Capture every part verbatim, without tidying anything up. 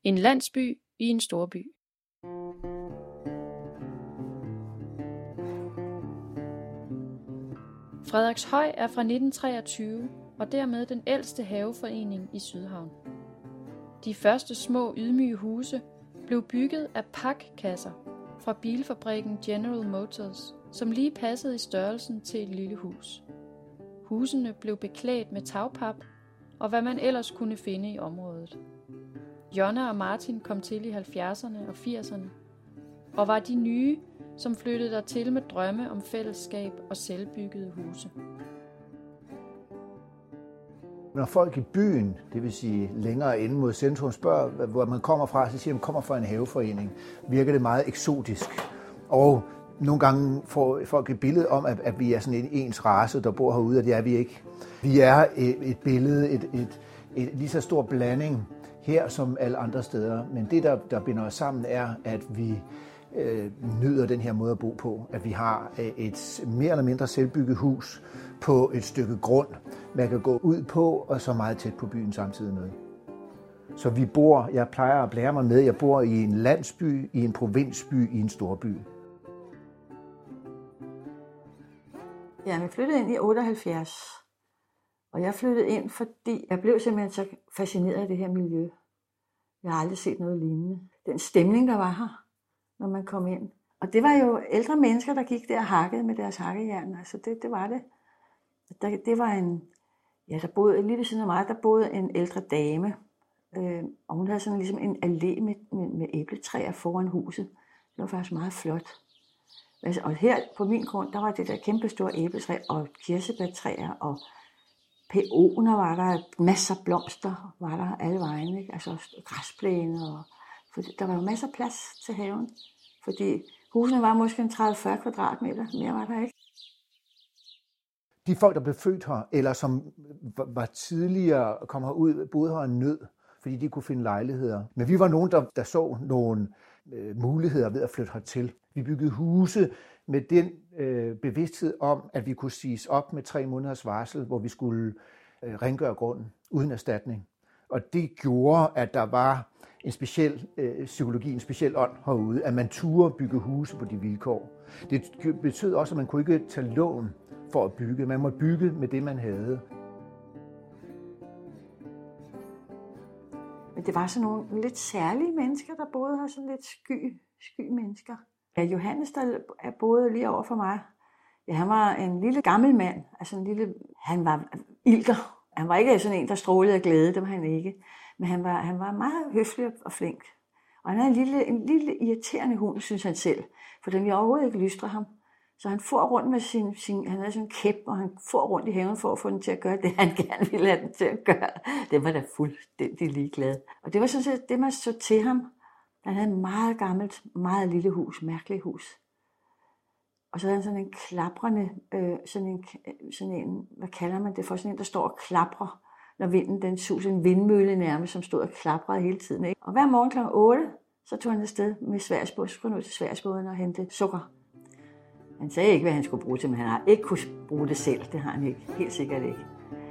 En landsby i en storby. Frederikshøj er fra nitten treogtyve og dermed den ældste haveforening i Sydhavn. De første små ydmyge huse blev bygget af pakkasser fra bilfabrikken General Motors, som lige passede i størrelsen til et lille hus. Husene blev beklædt med tagpap og hvad man ellers kunne finde i området. Jonna og Martin kom til i halvfjerdserne og firserne og var de nye, som flyttede dertil med drømme om fællesskab og selvbyggede huse. Når folk i byen, det vil sige længere inde mod centrum, spørger, hvor man kommer fra, så siger de, at man kommer fra en haveforening. Virker det meget eksotisk. Og nogle gange får folk et billede om, at, at vi er sådan en ens race, der bor herude, og det er vi ikke. Vi er et, et billede, et, et, et lige så stor blanding her som alle andre steder. Men det, der, der binder os sammen, er, at vi øh, nyder den her måde at bo på. At vi har et mere eller mindre selvbygget hus på et stykke grund, man kan gå ud på, og så meget tæt på byen samtidig med. Så vi bor, jeg plejer at blære mig med, jeg bor i en landsby, i en provinsby, i en storby. Ja, jeg flyttede ind i otteoghalvfjerds, og jeg flyttede ind, fordi jeg blev simpelthen så fascineret af det her miljø. Jeg har aldrig set noget lignende. Den stemning, der var her, når man kom ind. Og det var jo ældre mennesker, der gik der og hakkede med deres hakkejern. Altså det, det var det. Der, det var en, ja, der boede, lige ved siden af mig, der boede en ældre dame, øh, og hun havde sådan ligesom en allé med, med, med æbletræer foran huset. Det var faktisk meget flot. Altså, og her på min grund, der var det der kæmpe store æbletræ, og kirsebærtræer, og peoner var der, masser af blomster var der alle vejen, ikke? Altså græsplæne, og for der var jo masser af plads til haven, fordi husene var måske en tredive til fyrre kvadratmeter, mere var der ikke. De folk, der blev født her, eller som var tidligere kom herud, boede her en nød, fordi de kunne finde lejligheder. Men vi var nogen, der, der så nogle øh, muligheder ved at flytte hertil. Vi byggede huse med den øh, bevidsthed om, at vi kunne siges op med tre måneders varsel, hvor vi skulle øh, rengøre grunden uden erstatning. Og det gjorde, at der var en speciel øh, psykologi, en speciel ånd herude, at man turde bygge huse på de vilkår. Det betød også, at man kunne ikke tage lån for at bygge. Man måtte bygge med det, man havde. Men det var sådan nogle lidt særlige mennesker, der boede her, sådan lidt sky, sky mennesker. Ja, Johannes, der boede lige over for mig, ja, han var en lille gammel mand, altså en lille, han var ilter. Han var ikke sådan en, der strålede af glæde, det var han ikke. Men han var, han var meget høflig og flink. Og han havde en lille, en lille irriterende hund, synes han selv, for den ville overhovedet ikke lystre ham. Så han for rundt med sin, sin, han havde sådan en kæp, og han for rundt i haven for at få den til at gøre det, han gerne ville have den til at gøre. Det var da fuldstændig ligeglad. Og det var sådan set det, man så til ham. Han havde et meget gammelt, meget lille hus, mærkeligt hus. Og så havde han sådan en klaprende, øh, sådan, en, sådan en, hvad kalder man det for, sådan en, der står og klaprer, når vinden den suser, en vindmølle nærmest, som stod og klaprede hele tiden. Ikke? Og hver morgen klokken otte, så tog han afsted med Sværsbåd, så skulle han ud til Sværsbåden og hente sukker. Han sagde ikke, hvad han skulle bruge til, men han har ikke kunnet bruge det selv. Det har han ikke. Helt sikkert ikke.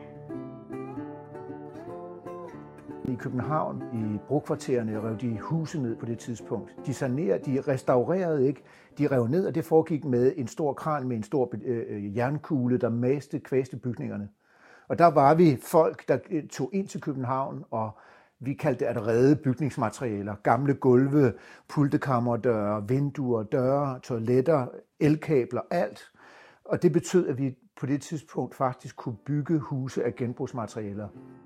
I København, i brokvartererne, rev de huse ned på det tidspunkt. De sanerede, de restaurerede ikke. De rev ned, og det foregik med en stor kran med en stor øh, jernkugle, der maste, kvæste bygningerne. Og der var vi folk, der tog ind til København, og vi kaldte det at redde bygningsmaterialer. Gamle gulve, pultekammerdøre, vinduer, døre, toiletter, elkabler, alt. Og det betød, at vi på det tidspunkt faktisk kunne bygge huse af genbrugsmaterialer.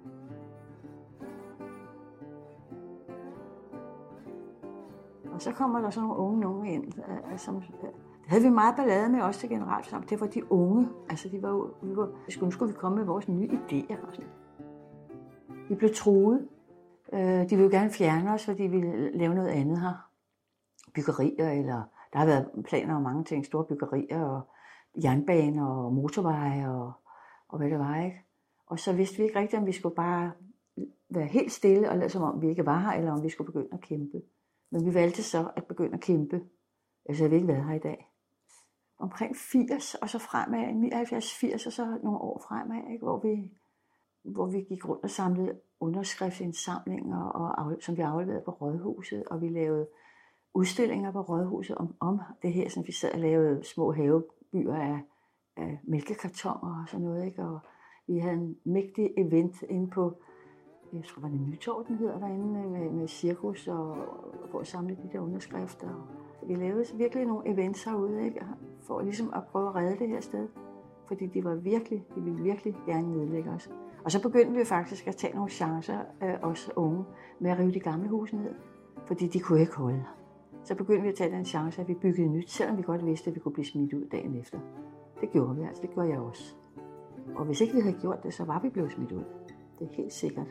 Og så kommer der sådan nogle unge nogen ind, som det havde vi meget ballade med også til generalforsamlingen. Det var de unge, altså de var jo, vi var, nu skulle vi komme med vores nye idéer. Og sådan. Vi blev truet. De ville jo gerne fjerne os, fordi vi ville lave noget andet her. Byggerier, eller der har været planer om mange ting, store byggerier, og jernbaner, og motorveje, og, og hvad det var, ikke? Og så vidste vi ikke rigtigt, om vi skulle bare være helt stille, og lade som om vi ikke var her, eller om vi skulle begynde at kæmpe. Men vi valgte så at begynde at kæmpe. Altså, jeg vil ikke være her i dag. Omkring firs, og så fremad, nioghalvfjerds firs, og så nogle år fremad, ikke? Hvor, vi, hvor vi gik rundt og samlede underskriftsindsamlinger, og, som vi afleverede på Rådhuset, og vi lavede udstillinger på Rådhuset om, om det her, som vi sad og lavede små havebyer af, af mælkekartoner og sådan noget, ikke? Og vi havde en mægtig event inde på, jeg tror, var det Nytorv, den hedder derinde, med, med cirkus og, og for at samle de der underskrifter. Vi lavede virkelig nogle events herude, ikke? For ligesom at prøve at redde det her sted. Fordi de var virkelig, de ville virkelig gerne nedlægge os. Og så begyndte vi faktisk at tage nogle chancer, øh, os unge, med at rive de gamle huse ned. Fordi de kunne ikke holde. Så begyndte vi at tage den chance, at vi byggede nyt, selvom vi godt vidste, at vi kunne blive smidt ud dagen efter. Det gjorde vi, altså det gjorde jeg også. Og hvis ikke vi havde gjort det, så var vi blevet smidt ud. Det er helt sikkert.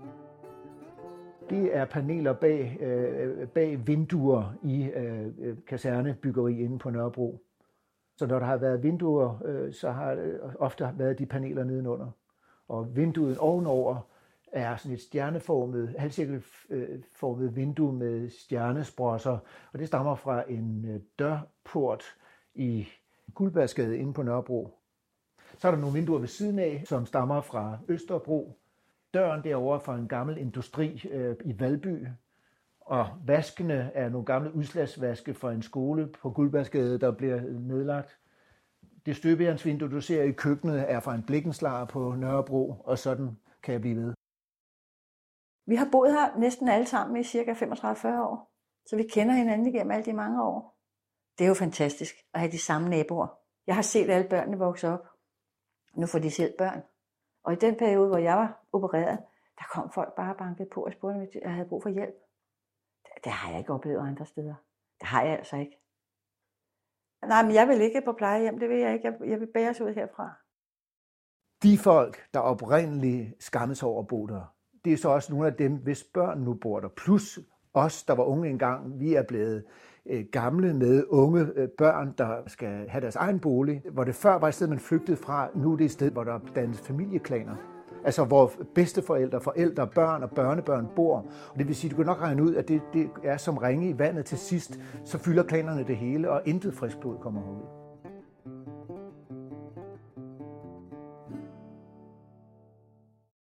Det er paneler bag, øh, bag vinduer i øh, kasernebyggeri inde på Nørrebro. Så når der har været vinduer, øh, så har det ofte været de paneler nedenunder. Og vinduet ovenover er sådan et stjerneformet, halvcirkelformet vindue med stjernesprosser. Og det stammer fra en dørport i Guldbergsgade inde på Nørrebro. Så er der nogle vinduer ved siden af, som stammer fra Østerbro. Døren derovre fra en gammel industri øh, i Valby. Og vaskene er nogle gamle udslagsvaske fra en skole på Guldbergsgade, der bliver nedlagt. Det støbejernsvindue, du ser i køkkenet, er fra en blikkenslager på Nørrebro, og sådan kan jeg blive ved. Vi har boet her næsten alle sammen i cirka femogtredive til fyrre år, så vi kender hinanden igennem alle de mange år. Det er jo fantastisk at have de samme naboer. Jeg har set alle børnene vokse op. Nu får de selv børn. Og i den periode, hvor jeg var opereret, der kom folk bare banket på og spurgte, om jeg havde brug for hjælp. Det, det har jeg ikke oplevet andre steder. Det har jeg altså ikke. Nej, men jeg vil ikke på plejehjem, det vil jeg ikke. Jeg vil bæres ud herfra. De folk, der oprindeligt skammes over at bo der, det er så også nogle af dem, hvis børn nu bor der. Plus os, der var unge engang, vi er blevet øh, gamle med unge øh, børn, der skal have deres egen bolig. Hvor det før var et sted, man flygtede fra, nu er det et sted, hvor der dannes familieklaner. Altså hvor bedsteforældre, forældre, børn og børnebørn bor. Og det vil sige, du kan nok regne ud, at det, det er som ringe i vandet til sidst, så fylder klanerne det hele, og intet frisk blod kommer ud.